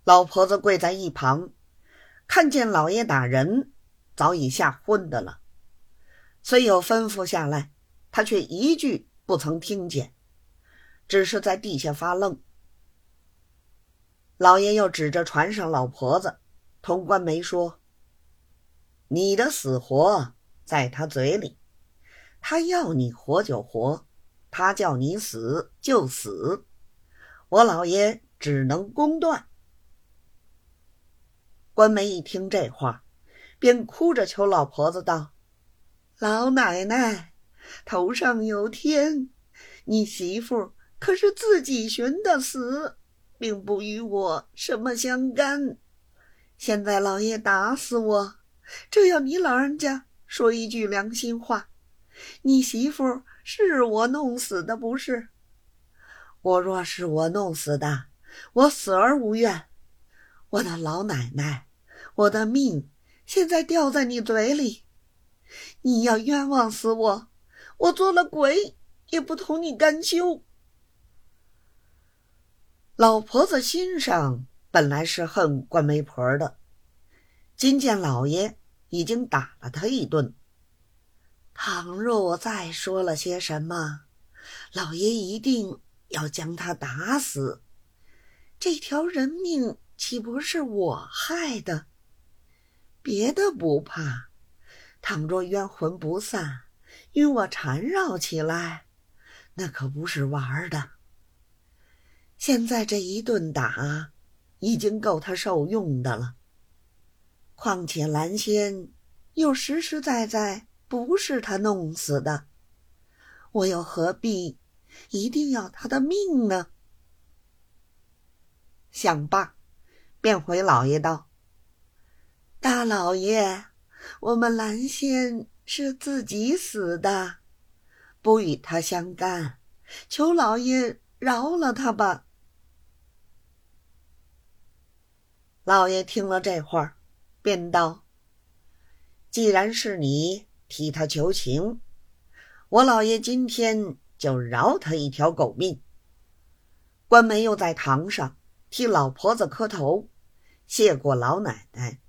老婆子跪在一旁，看见老爷打人，早已吓昏的了。虽有吩咐下来，他却一句不曾听见，只是在地下发愣。老爷又指着船上老婆子，同官媒说：你的死活在他嘴里，他要你活就活，他叫你死就死，我老爷只能公断。官媒一听这话，便哭着求老婆子道：老奶奶，头上有天，你媳妇可是自己寻的死，并不与我什么相干。现在老爷打死我，这要你老人家说一句良心话，你媳妇是我弄死的不是？我若是我弄死的，我死而无怨。我的老奶奶，我的命现在掉在你嘴里，你要冤枉死我，我做了鬼也不同你甘休。老婆子心上本来是恨官媒婆的，今见老爷已经打了他一顿，倘若我再说了些什么，老爷一定要将他打死，这条人命岂不是我害的？别的不怕，倘若冤魂不散，与我缠绕起来，那可不是玩的。现在这一顿打已经够他受用的了，况且蓝仙又实实在在不是他弄死的，我又何必一定要他的命呢？想罢，便回老爷道：大老爷，我们蓝仙是自己死的，不与他相干，求老爷饶了他吧。老爷听了这话，便道：既然是你替他求情，我老爷今天就饶他一条狗命。官媒又在堂上替老婆子磕头，谢过老奶奶，